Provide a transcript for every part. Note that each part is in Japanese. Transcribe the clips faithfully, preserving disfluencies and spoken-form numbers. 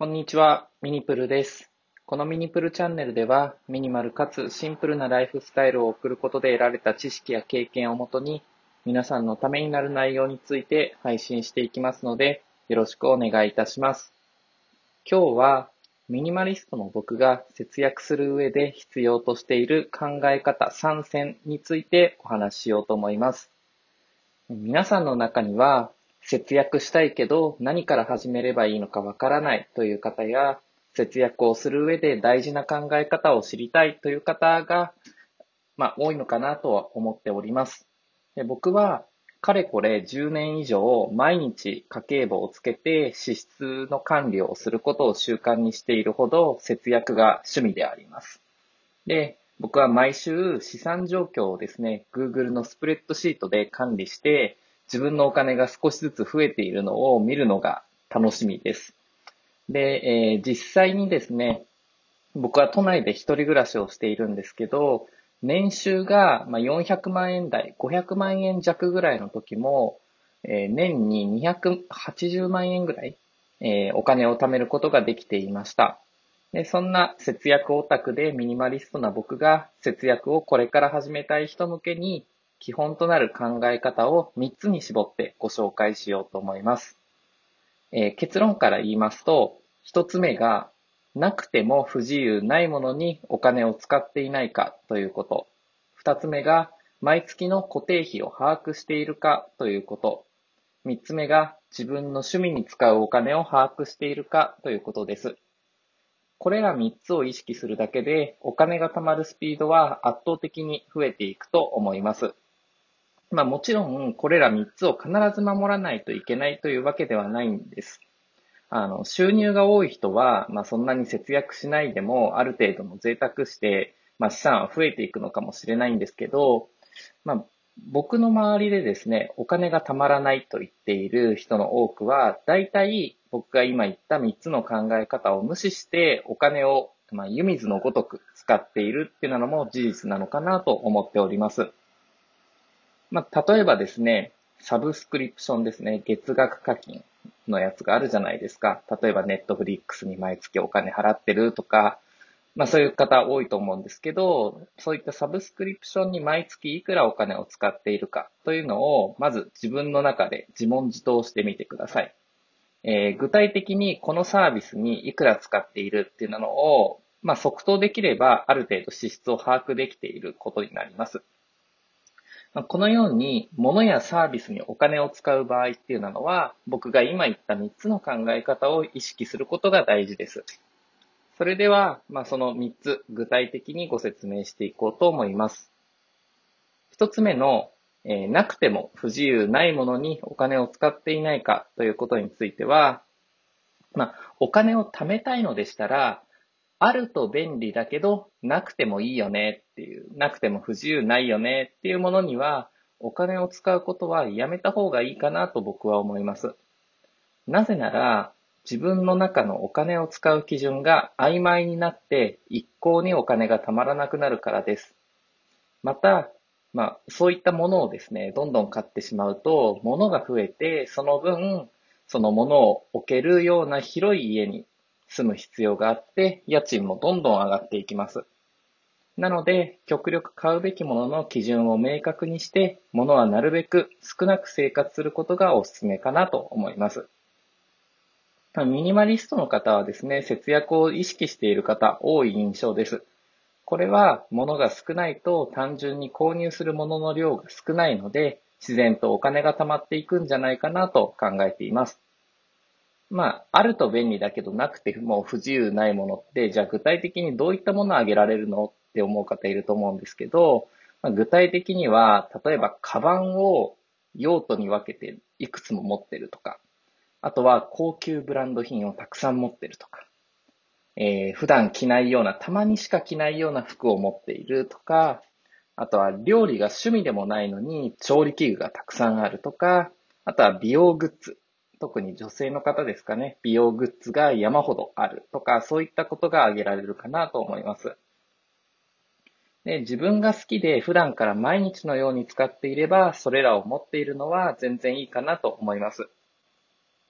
こんにちは、ミニプルです。このミニプルチャンネルでは、ミニマルかつシンプルなライフスタイルを送ることで得られた知識や経験をもとに、皆さんのためになる内容について配信していきますので、よろしくお願いいたします。今日は、ミニマリストの僕が節約する上で必要としている考え方さん選についてお話ししようと思います。皆さんの中には、節約したいけど何から始めればいいのかわからないという方や、節約をする上で大事な考え方を知りたいという方が、まあ、多いのかなとは思っております。で僕は、かれこれじゅうねん以上、毎日家計簿をつけて支出の管理をすることを習慣にしているほど節約が趣味であります。で、僕は毎週資産状況をですね、Google のスプレッドシートで管理して、自分のお金が少しずつ増えているのを見るのが楽しみです。で、えー実際にですね、僕は都内で一人暮らしをしているんですけど、年収がまあよんひゃくまん円台、ごひゃくまん円弱ぐらいの時も、えー年ににひゃくはちじゅうまん円ぐらい、えーお金を貯めることができていました。で、そんな節約オタクでミニマリストな僕が節約をこれから始めたい人向けに基本となる考え方をみっつに絞ってご紹介しようと思います。えー結論から言いますと、ひとつめがなくても不自由ないものにお金を使っていないかということ。ふたつめが毎月の固定費を把握しているかということ。みっつめが自分の趣味に使うお金を把握しているかということです。これらみっつを意識するだけで、お金が貯まるスピードは圧倒的に増えていくと思います。まあもちろん、これらみっつを必ず守らないといけないというわけではないんです。あの、収入が多い人は、まあそんなに節約しないでも、ある程度の贅沢して、まあ資産は増えていくのかもしれないんですけど、まあ、僕の周りでですね、お金がたまらないと言っている人の多くは、大体僕が今言ったみっつの考え方を無視してお金を、まあ、湯水のごとく使っているっていうのも事実なのかなと思っております。まあ、例えばですね、サブスクリプションですね、月額課金のやつがあるじゃないですか。例えばネットフリックスに毎月お金払ってるとか、まあそういう方多いと思うんですけど、そういったサブスクリプションに毎月いくらお金を使っているかというのを、まず自分の中で自問自答してみてください。えー具体的にこのサービスにいくら使っているっていうのを、まあ即答できればある程度支出を把握できていることになります。まあこのように物やサービスにお金を使う場合っていうのは、僕が今言ったみっつの考え方を意識することが大事です。それでは、まあ、そのみっつ、具体的にご説明していこうと思います。ひとつめの、えーなくても不自由ないものにお金を使っていないかということについては、まあ、お金を貯めたいのでしたら、あると便利だけど、なくてもいいよねっていう、なくても不自由ないよねっていうものには、お金を使うことはやめた方がいいかなと僕は思います。なぜなら、自分の中のお金を使う基準が曖昧になって一向にお金がたまらなくなるからです。また、まあ、そういったものをですね、どんどん買ってしまうと、物が増えて、その分、その物を置けるような広い家に住む必要があって、家賃もどんどん上がっていきます。なので、極力買うべきものの基準を明確にして、物はなるべく少なく生活することがおすすめかなと思います。ミニマリストの方はですね、節約を意識している方、多い印象です。これは、物が少ないと単純に購入するものの量が少ないので、自然とお金が貯まっていくんじゃないかなと考えています。まあ、あると便利だけどなくても不自由ないものって、じゃあ具体的にどういったものを挙げられるのって思う方いると思うんですけど、まあ、具体的には、例えば、カバンを用途に分けていくつも持ってるとか、あとは高級ブランド品をたくさん持ってるとか、えー普段着ないような、たまにしか着ないような服を持っているとか、あとは料理が趣味でもないのに調理器具がたくさんあるとか、あとは美容グッズ。特に女性の方ですかね。美容グッズが山ほどあるとか、そういったことが挙げられるかなと思います。で、自分が好きで普段から毎日のように使っていれば、それらを持っているのは全然いいかなと思います。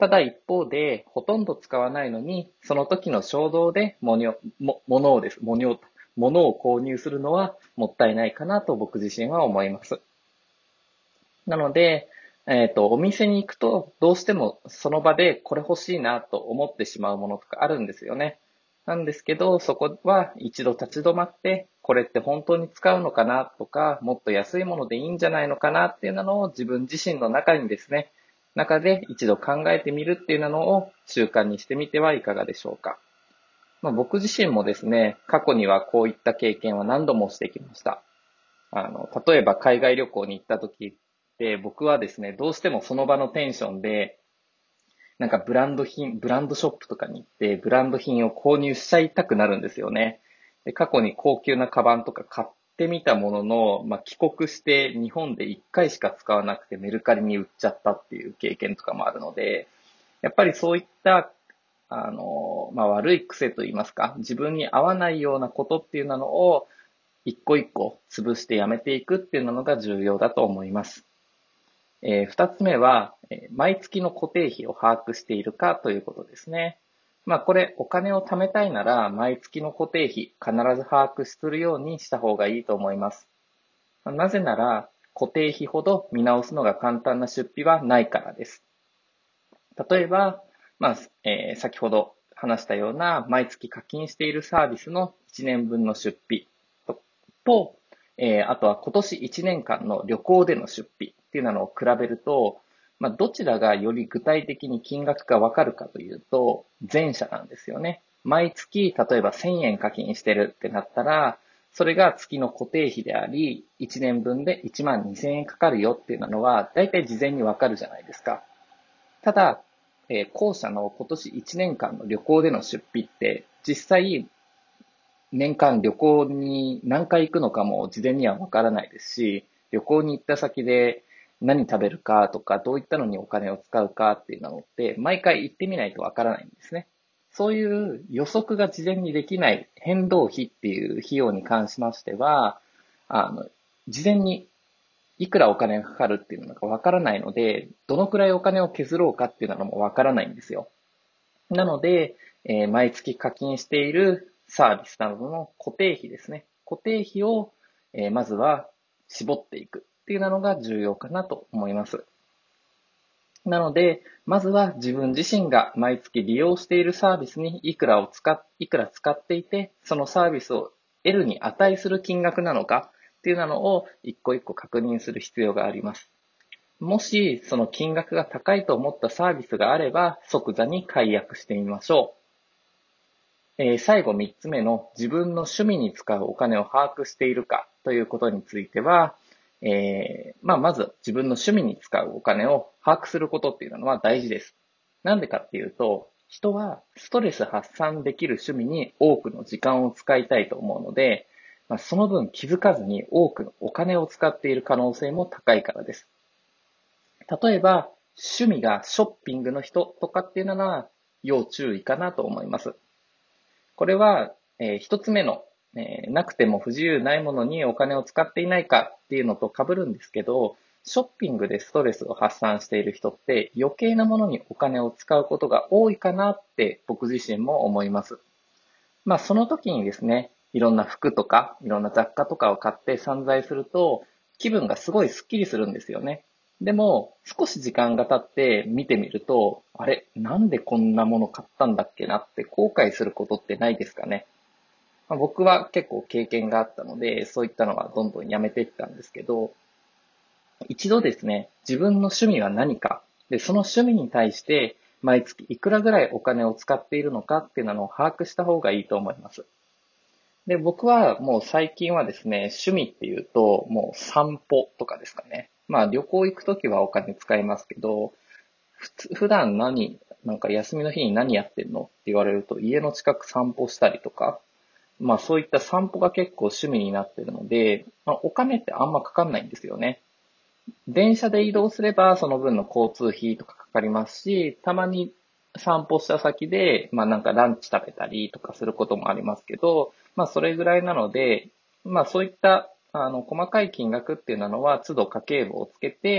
ただ一方で、ほとんど使わないのに、その時の衝動で物を、も物をです。物を、物を購入するのはもったいないかなと僕自身は思います。なので、えっと、お店に行くと、どうしてもその場でこれ欲しいなと思ってしまうものとかあるんですよね。なんですけど、そこは一度立ち止まって、これって本当に使うのかなとか、もっと安いものでいいんじゃないのかなっていうのを自分自身の中にですね、中で一度考えてみるっていうのを習慣にしてみてはいかがでしょうか。まあ、僕自身もですね、過去にはこういった経験は何度もしてきました。あの、例えば海外旅行に行った時って僕はですね、どうしてもその場のテンションで、なんかブランド品、ブランドショップとかに行ってブランド品を購入しちゃいたくなるんですよね。で、過去に高級なカバンとか買ってみたものの、まあ、帰国して日本でいっかいしか使わなくてメルカリに売っちゃったっていう経験とかもあるので、やっぱりそういった、あの、まあ、悪い癖といいますか、自分に合わないようなことっていうのを一個一個潰してやめていくっていうのが重要だと思います。えー、二つ目は、えー毎月の固定費を把握しているかということですね。まあこれお金を貯めたいなら毎月の固定費必ず把握するようにした方がいいと思います。なぜなら固定費ほど見直すのが簡単な出費はないからです。例えば、まあ、えー先ほど話したような毎月課金しているサービスのいちねんぶんの出費と、とえーあとは今年いちねんかんの旅行での出費っていうのを比べると、まあ、どちらがより具体的に金額がわかるかというと、前者なんですよね。毎月、例えばせんえん課金してるってなったら、それが月の固定費であり、いちねんぶんでいちまんにせんえんかかるよっていうのは、だいたい事前にわかるじゃないですか。ただ、えー後者の今年いちねんかんの旅行での出費って、実際年間旅行に何回行くのかも事前にはわからないですし、旅行に行った先で何食べるかとか、どういったのにお金を使うかっていうのって、毎回行ってみないとわからないんですね。そういう予測が事前にできない変動費っていう費用に関しましては、あの、事前にいくらお金がかかるっていうのがわからないので、どのくらいお金を削ろうかっていうのもわからないんですよ。なので、えー毎月課金しているサービスなどの固定費ですね。固定費を、えーまずは絞っていくっていうのが重要かなと思います。なので、まずは自分自身が毎月利用しているサービスにいくらを使っ、いくら使っていて、そのサービスを得るに値する金額なのかっていうのを一個一個確認する必要があります。もし、その金額が高いと思ったサービスがあれば、即座に解約してみましょう。えー最後三つ目の自分の趣味に使うお金を把握しているかということについては、えーまあ、まず自分の趣味に使うお金を把握することっていうのは大事です。なんでかっていうと、人はストレス発散できる趣味に多くの時間を使いたいと思うので、まあ、その分気づかずに多くのお金を使っている可能性も高いからです。例えば、趣味がショッピングの人とかっていうのは要注意かなと思います。これは、えー一つ目の、えーなくても不自由ないものにお金を使っていないかっていうのと被るんですけど、ショッピングでストレスを発散している人って余計なものにお金を使うことが多いかなって僕自身も思います。まあその時にですね、いろんな服とか、いろんな雑貨とかを買って散財すると、気分がすごいスッキリするんですよね。でも、少し時間が経って見てみると、あれ、なんでこんなもの買ったんだっけなって後悔することってないですかね。まあ、僕は結構経験があったので、そういったのはどんどんやめていったんですけど、一度ですね、自分の趣味は何か、で、その趣味に対して毎月いくらぐらいお金を使っているのかっていうのを把握した方がいいと思います。で、僕はもう最近はですね、趣味っていうと、もう散歩とかですかね。まあ旅行行くときはお金使いますけど、普通、普段何、なんか休みの日に何やってんのって言われると、家の近く散歩したりとか、まあそういった散歩が結構趣味になってるので、まあ、お金ってあんまかかんないんですよね。電車で移動すればその分の交通費とかかかりますし、たまに散歩した先で、まあなんかランチ食べたりとかすることもありますけど、まあそれぐらいなので、まあそういったあの細かい金額っていうのは都度家計簿をつけて、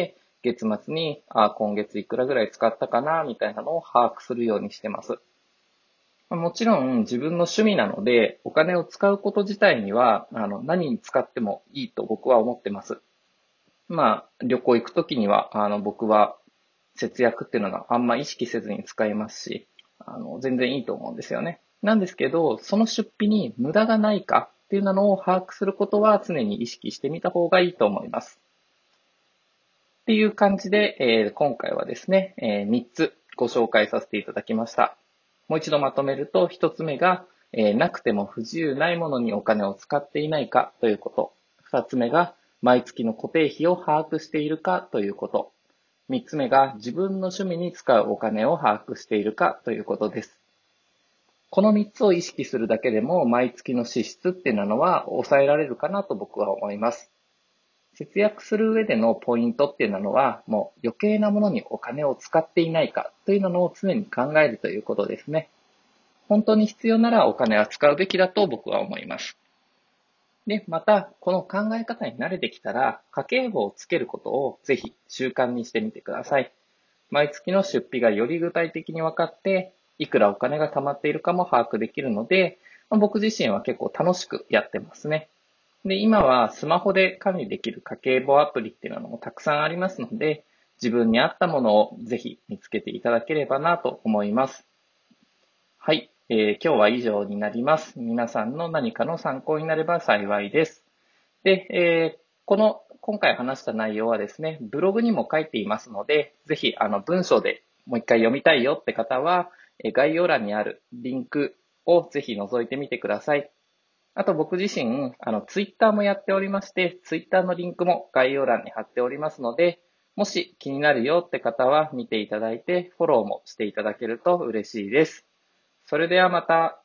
月末に、あ、今月いくらぐらい使ったかな、みたいなのを把握するようにしてます。もちろん自分の趣味なので、お金を使うこと自体には、あの、何に使ってもいいと僕は思ってます。まあ、旅行行くときには、あの、僕は節約っていうのがあんま意識せずに使いますし、あの、全然いいと思うんですよね。なんですけど、その出費に無駄がないかっていうのを把握することは常に意識してみた方がいいと思います。っていう感じで、えー今回はですね、えーみっつご紹介させていただきました。もう一度まとめると、ひとつめが、えーなくても不自由ないものにお金を使っていないかということ。ふたつめが、毎月の固定費を把握しているかということ。みっつめが、自分の趣味に使うお金を把握しているかということです。このみっつを意識するだけでも、毎月の支出っていうのは抑えられるかなと僕は思います。節約する上でのポイントっていうのは、もう余計なものにお金を使っていないかというのを常に考えるということですね。本当に必要ならお金は使うべきだと僕は思います。で、また、この考え方に慣れてきたら、家計簿をつけることをぜひ習慣にしてみてください。毎月の出費がより具体的に分かって、いくらお金が貯まっているかも把握できるので、僕自身は結構楽しくやってますね。で、今はスマホで管理できる家計簿アプリっていうのもたくさんありますので、自分に合ったものをぜひ見つけていただければなと思います。はい、えー今日は以上になります。皆さんの何かの参考になれば幸いです。で、えーこの今回話した内容はですね、ブログにも書いていますので、ぜひあの文章でもう一回読みたいよって方は、えー概要欄にあるリンクをぜひ覗いてみてください。あと僕自身、あの、ツイッターもやっておりまして、ツイッターのリンクも概要欄に貼っておりますので、もし気になるよって方は見ていただいて、フォローもしていただけると嬉しいです。それではまた。